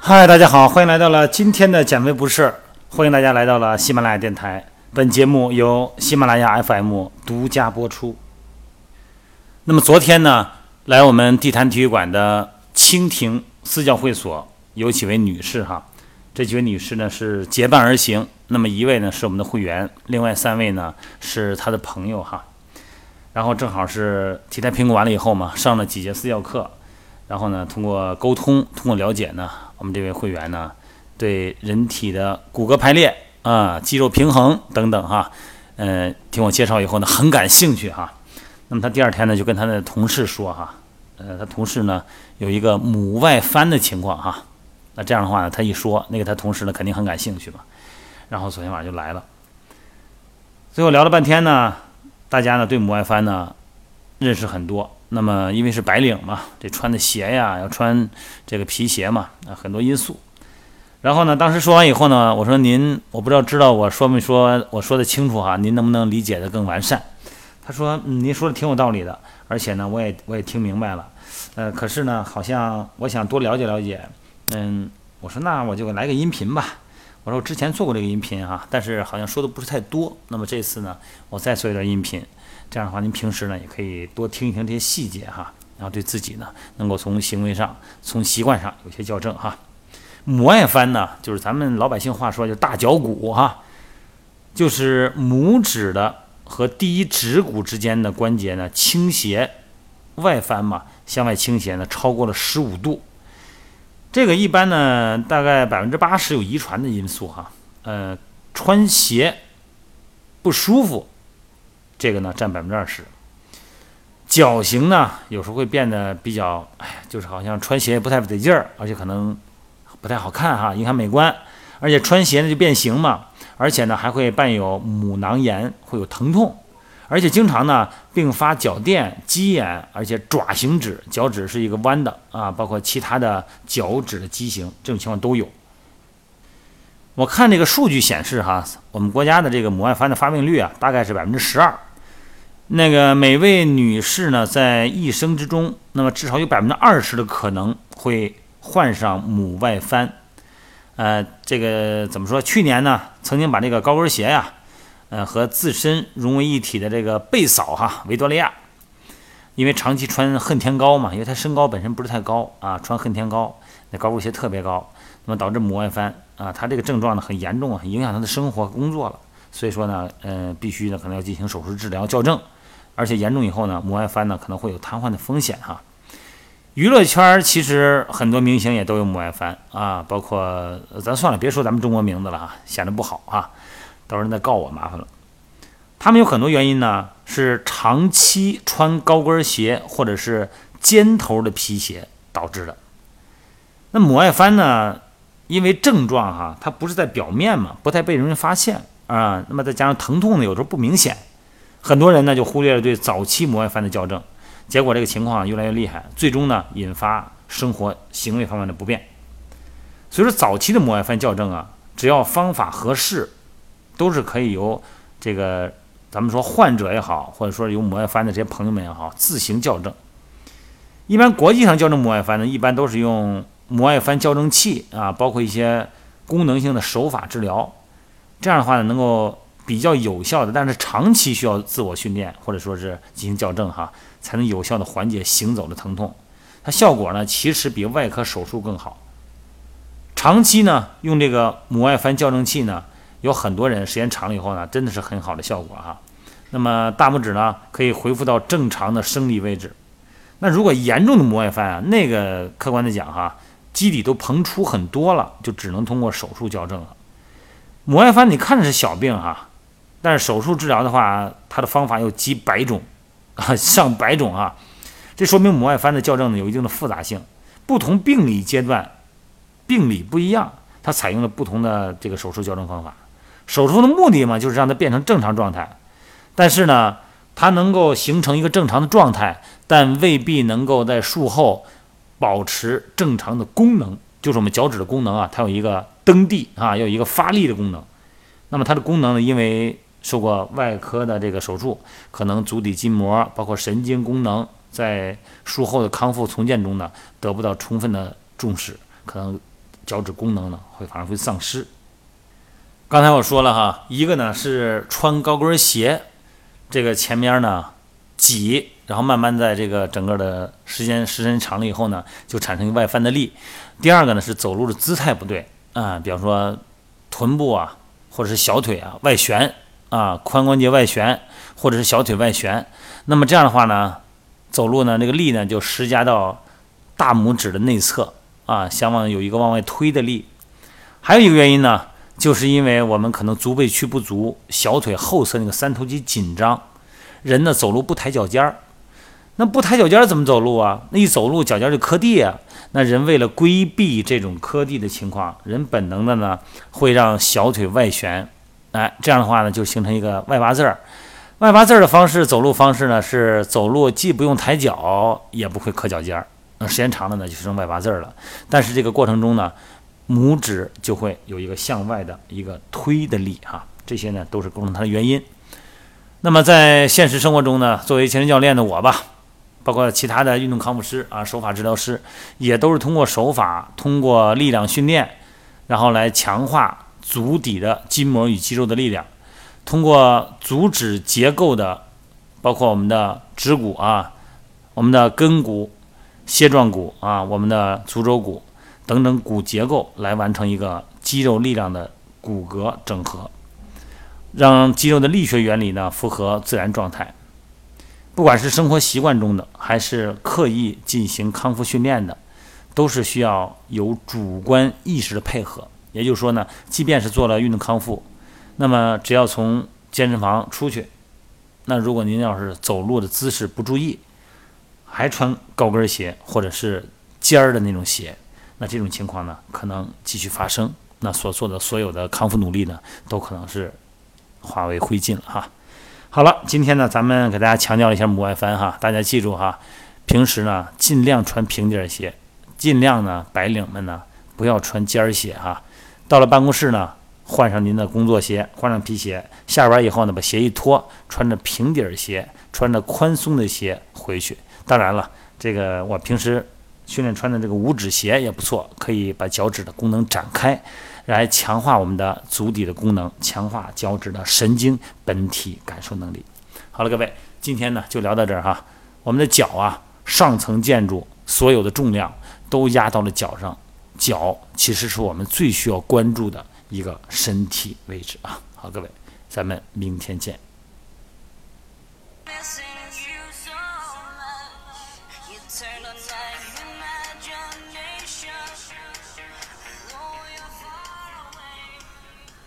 嗨，大家好，欢迎来到了今天的减肥不是，欢迎大家来到了喜马拉雅电台。本节目由喜马拉雅 FM 独家播出。那么昨天呢，来我们地坛体育馆的蜻蜓私教会所有几位女士哈，这几位女士呢是结伴而行，那么一位呢是我们的会员，另外3位呢是她的朋友哈。然后正好是体态评估完了以后嘛，上了几节私教课，然后呢通过沟通，通过了解呢，我们这位会员呢对人体的骨骼排列肌肉平衡等等哈，听我介绍以后呢很感兴趣哈。那么他第2天呢就跟他的同事说哈，他同事呢有一个母外翻的情况哈。那这样的话呢，他一说，那个他同事呢肯定很感兴趣嘛。然后昨天晚上就来了，最后聊了半天呢，大家呢对母外翻呢认识很多。那么因为是白领嘛，这穿的鞋呀要穿这个皮鞋嘛，很多因素。然后呢，当时说完以后呢，我说我不知道我说没说我说的清楚哈，您能不能理解的更完善？他说您说的挺有道理的，而且呢我也听明白了，可是呢好像我想多了解了解。我说那我就来个音频吧。我说我之前做过这个音频哈，但是好像说的不是太多。那么这次呢，我再做一段音频，这样的话您平时呢也可以多听一听这些细节哈，然后对自己呢能够从行为上、从习惯上有些校正哈。母外翻呢，就是咱们老百姓话说就大脚骨哈，就是拇指的和第一指骨之间的关节呢倾斜外翻嘛，向外倾斜呢超过了15度。这个一般呢，大概80%有遗传的因素哈，穿鞋不舒服，这个呢占20%。脚型呢，有时候会变得比较，就是好像穿鞋不太得劲儿，而且可能不太好看哈，影响美观。而且穿鞋呢就变形嘛，而且呢还会伴有母囊炎，会有疼痛。而且经常呢并发脚垫、鸡眼，而且爪形趾，脚趾是一个弯的包括其他的脚趾的畸形，这种情况都有。我看这个数据显示哈，我们国家的这个母外翻的发病率大概是12%。那个每位女士呢，在一生之中，那么至少有20%的可能会患上母外翻。这个怎么说？去年呢，曾经把这个高跟鞋和自身融为一体的这个贝嫂维多利亚，因为长期穿恨天高嘛，因为她身高本身不是太高穿恨天高，那高跟鞋特别高，那么导致母外翻她这个症状呢很严重影响她的生活工作了，所以说呢，必须呢可能要进行手术治疗校正，而且严重以后呢，母外翻呢可能会有瘫痪的风险哈。娱乐圈其实很多明星也都有母外翻包括咱算了，别说咱们中国名字了显得不好到时候再告我麻烦了。他们有很多原因呢，是长期穿高跟鞋或者是尖头的皮鞋导致的。那母外翻呢，因为症状它不是在表面嘛，不太被人发现那么再加上疼痛呢有时候不明显，很多人呢就忽略了对早期母外翻的校正，结果这个情况越来越厉害，最终呢引发生活行为方面的不便。所以说早期的母外翻校正只要方法合适，都是可以由这个咱们说患者也好，或者说由母外翻的这些朋友们也好，自行校正。一般国际上校正母外翻呢，一般都是用母外翻校正器包括一些功能性的手法治疗，这样的话呢能够比较有效的，但是长期需要自我训练或者说是进行校正才能有效的缓解行走的疼痛。它效果呢其实比外科手术更好。长期呢用这个母外翻校正器呢，有很多人时间长了以后呢，真的是很好的效果那么大拇指呢可以恢复到正常的生理位置。那如果严重的母外翻那个客观的讲基底都膨出很多了，就只能通过手术矫正了。母外翻你看着是小病但是手术治疗的话，它的方法有几百种上百种这说明母外翻的校正呢有一定的复杂性，不同病理阶段病理不一样，它采用了不同的这个手术校正方法。手术的目的嘛，就是让它变成正常状态，但是呢它能够形成一个正常的状态，但未必能够在术后保持正常的功能，就是我们脚趾的功能它有一个蹬地有一个发力的功能。那么它的功能呢，因为受过外科的这个手术，可能足底筋膜包括神经功能在术后的康复重建中呢得不到充分的重视，可能脚趾功能呢反而会丧失。刚才我说了哈，一个呢是穿高跟鞋，这个前面呢挤，然后慢慢在这个整个的时间长了以后呢，就产生外翻的力。第二个呢是走路的姿态不对啊，比方说臀部啊，或者是小腿啊外旋啊，髋关节外旋，或者是小腿外旋。那么这样的话呢，走路呢这个力呢就施加到大拇指的内侧啊，有一个往外推的力。还有一个原因呢，就是因为我们可能足背屈不足，小腿后侧那个三头肌紧张，人呢走路不抬脚尖儿。那不抬脚尖怎么走路啊？那一走路脚尖就磕地啊。那人为了规避这种磕地的情况，人本能的呢会让小腿外旋，这样的话呢就形成一个外八字儿。外八字儿的走路方式呢是走路既不用抬脚，也不会磕脚尖儿。那时间长了呢就成外八字儿了。但是这个过程中呢，拇指就会有一个向外的一个推的力哈，这些呢都是构成它的原因。那么在现实生活中呢，作为健身教练的我吧，包括其他的运动康复师啊、手法治疗师，也都是通过手法、通过力量训练，然后来强化足底的筋膜与肌肉的力量，通过足趾结构的，包括我们的趾骨啊、我们的根骨、楔状骨啊、我们的足肘骨等等骨结构，来完成一个肌肉力量的骨骼整合，让肌肉的力学原理呢符合自然状态。不管是生活习惯中的，还是刻意进行康复训练的，都是需要有主观意识的配合。也就是说呢，即便是做了运动康复，那么只要从健身房出去，那如果您要是走路的姿势不注意，还穿高跟鞋或者是尖儿的那种鞋，那这种情况呢可能继续发生，那所做的所有的康复努力呢都可能是化为灰烬了哈。好了，今天呢咱们给大家强调了一下母外翻哈，大家记住哈，平时呢尽量穿平底鞋，尽量呢白领们呢不要穿尖鞋哈。到了办公室呢，换上您的工作鞋，换上皮鞋，下班以后呢把鞋一脱，穿着平底鞋，穿着宽松的鞋回去。当然了，这个我平时训练穿的这个五指鞋也不错，可以把脚趾的功能展开，来强化我们的足底的功能，强化脚趾的神经本体感受能力。好了，各位，今天呢就聊到这儿哈。我们的脚啊，上层建筑所有的重量都压到了脚上，脚其实是我们最需要关注的一个身体位置啊。好，各位，咱们明天见。 Turn on like